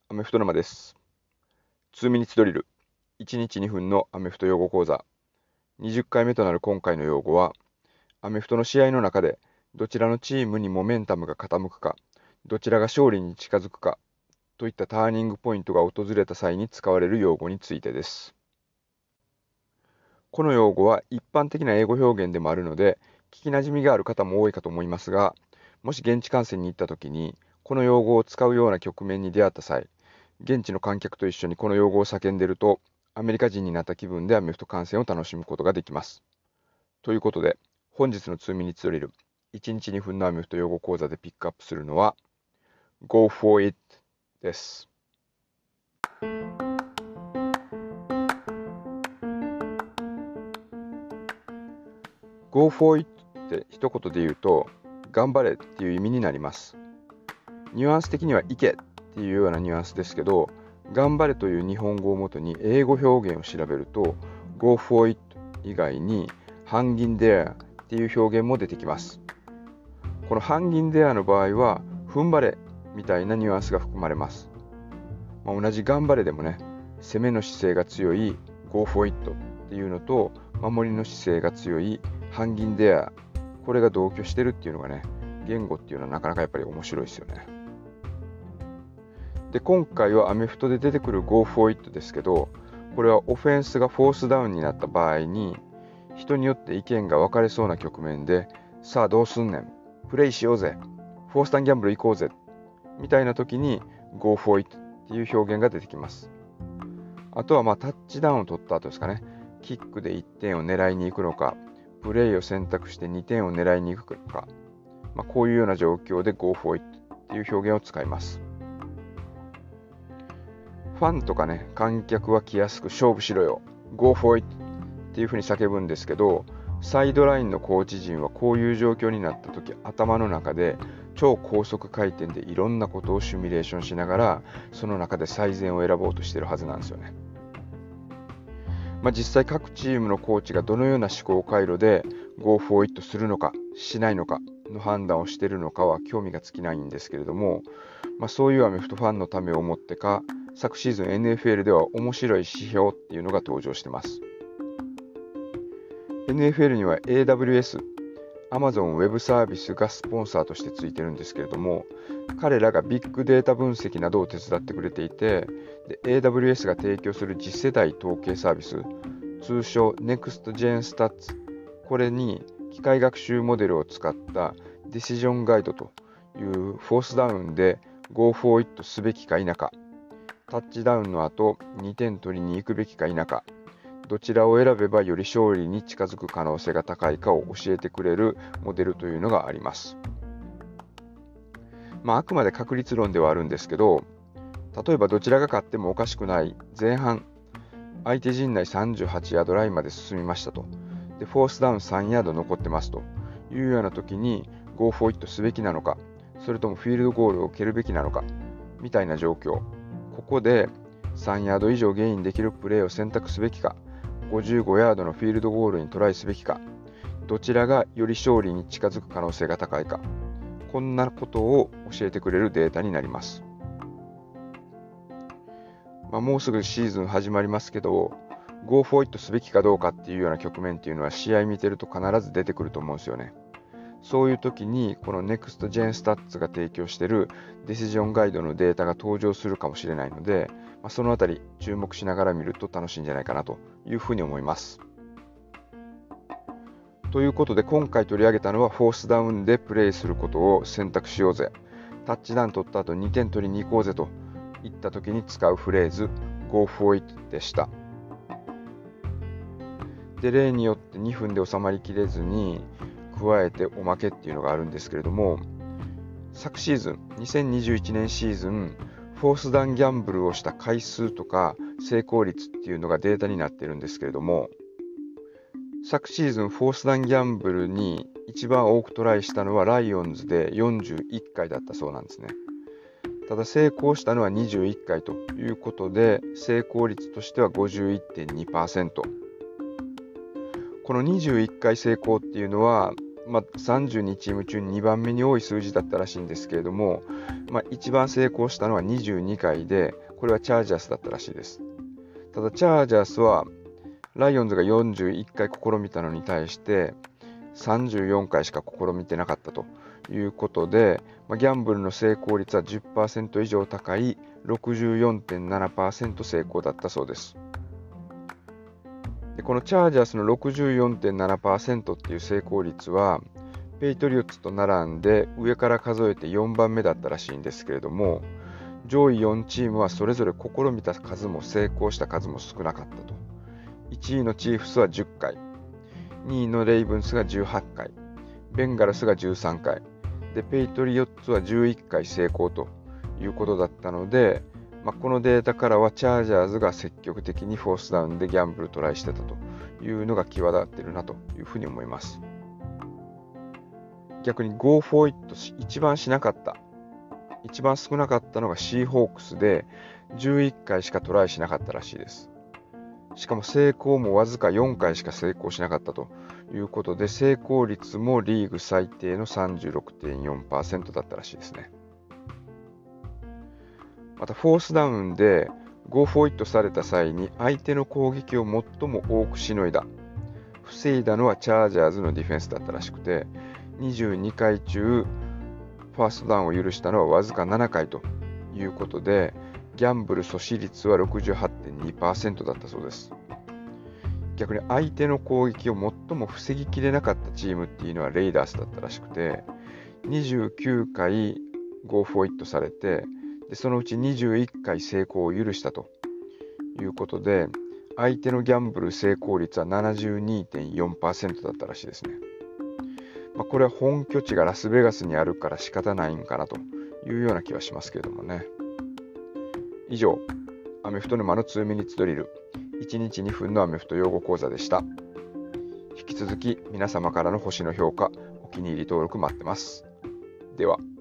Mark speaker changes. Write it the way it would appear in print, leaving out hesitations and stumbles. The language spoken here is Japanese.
Speaker 1: アメフト沼です。2ミニッツドリル。1日2分のアメフト用語講座。20回目となる今回の用語は、アメフトの試合の中で、どちらのチームにモメンタムが傾くか、どちらが勝利に近づくか、といったターニングポイントが訪れた際に使われる用語についてです。この用語は一般的な英語表現でもあるので、聞きなじみがある方も多いかと思いますが、もし現地観戦に行った時に、この用語を使うような局面に出会った際、現地の観客と一緒にこの用語を叫んでいると、アメリカ人になった気分でアメフト観戦を楽しむことができます。ということで、本日の2ミニッツドリル、1日2分のアメフト用語講座でピックアップするのは、Go for it です。Go for it って一言で言うと、頑張れっていう意味になります。ニュアンス的には行けっていうようなニュアンスですけど、頑張れという日本語をもとに英語表現を調べると、Go for it 以外に Hang in there っていう表現も出てきます。この Hang in there の場合は、踏ん張れみたいなニュアンスが含まれます。同じ頑張れでもね、攻めの姿勢が強い Go for it っていうのと、守りの姿勢が強い Hang in there、これが同居してるっていうのがね、言語っていうのはなかなかやっぱり面白いですよね。で、今回はアメフトで出てくる Go for it ですけど、これはオフェンスがフォースダウンになった場合に、人によって意見が分かれそうな局面で、さあどうすんねん、プレイしようぜ、フォースタンギャンブル行こうぜ、みたいな時に Go for it っていう表現が出てきます。あとはタッチダウンを取った後ですかね、キックで1点を狙いに行くのか、プレイを選択して2点を狙いに行くのか、こういうような状況で Go for it っていう表現を使います。ファンとかね、観客は来やすく勝負しろよ、Go for it っていうふうに叫ぶんですけど、サイドラインのコーチ陣はこういう状況になった時、頭の中で超高速回転でいろんなことをシミュレーションしながら、その中で最善を選ぼうとしているはずなんですよね。実際各チームのコーチがどのような思考回路で Go for it するのかしないのかの判断をしているのかは興味が尽きないんですけれども、そういうアメフトファンのためを思ってか、昨シーズン NFL では面白い指標っていうのが登場しています。NFL には AWS、Amazon Web サービスがスポンサーとしてついてるんですけれども、彼らがビッグデータ分析などを手伝ってくれていて、AWS が提供する次世代統計サービス、通称 Next-Gen Stats、これに機械学習モデルを使ったディシジョンガイドというフォースダウンで Go for it すべきか否か、タッチダウンの後2点取りに行くべきか否か、どちらを選べばより勝利に近づく可能性が高いかを教えてくれるモデルというのがあります。あくまで確率論ではあるんですけど、例えばどちらが勝ってもおかしくない前半、相手陣内38ヤードラインまで進みましたと。で、フォースダウン3ヤード残ってますというような時に Go for it すべきなのか、それともフィールドゴールを蹴るべきなのか、みたいな状況。ここで3ヤード以上ゲインできるプレーを選択すべきか、55ヤードのフィールドゴールにトライすべきか、どちらがより勝利に近づく可能性が高いか、こんなことを教えてくれるデータになります。もうすぐシーズン始まりますけど、Go for it すべきかどうかっていうような局面っていうのは試合見てると必ず出てくると思うんですよね。そういう時にこの Next-Gen Stats が提供しているディシジョンガイドのデータが登場するかもしれないので、そのあたり注目しながら見ると楽しいんじゃないかなというふうに思います。ということで今回取り上げたのはフォースダウンでプレイすることを選択しようぜ、タッチダウン取った後2点取りに行こうぜといった時に使うフレーズ Go for it でした。で、例によって2分で収まりきれずに加えておまけっていうのがあるんですけれども、昨シーズン2021年シーズンフォースダウンギャンブルをした回数とか成功率っていうのがデータになっているんですけれども、昨シーズンフォースダウンギャンブルに一番多くトライしたのはライオンズで41回だったそうなんですね。ただ成功したのは21回ということで、成功率としては 51.2%。この21回成功っていうのは 32チーム中2番目に多い数字だったらしいんですけれども、一番成功したのは22回で、これはチャージャースだったらしいです。ただチャージャースはライオンズが41回試みたのに対して34回しか試みてなかったということで、ギャンブルの成功率は 10% 以上高い 64.7% 成功だったそうです。でこのチャージャースの 64.7% っていう成功率はペイトリオッツと並んで上から数えて4番目だったらしいんですけれども、上位4チームはそれぞれ試みた数も成功した数も少なかったと。1位のチーフスは10回、2位のレイブンスが18回、ベンガルスが13回、でペイトリオッツは11回成功ということだったので、このデータからはチャージャーズが積極的にフォースダウンでギャンブルトライしてたというのが際立っているなというふうに思います。逆に Go for it 一番しなかった、一番少なかったのがシーホークスで11回しかトライしなかったらしいです。しかも成功もわずか4回しか成功しなかったということで、成功率もリーグ最低の 36.4% だったらしいですね。またフォースダウンで Go for it された際に相手の攻撃を最も多くしのいだ、防いだのはチャージャーズのディフェンスだったらしくて、22回中ファーストダウンを許したのはわずか7回ということで、ギャンブル阻止率は 68.2% だったそうです。逆に相手の攻撃を最も防ぎきれなかったチームっていうのはレイダースだったらしくて、29回 Go for it されて、でそのうち21回成功を許したということで、相手のギャンブル成功率は 72.4% だったらしいですね。これは本拠地がラスベガスにあるから仕方ないんかなというような気はしますけれどもね。以上、アメフト沼の2ミニッツドリル1日2分のアメフト用語講座でした。引き続き皆様からの星の評価、お気に入り登録待ってます。では。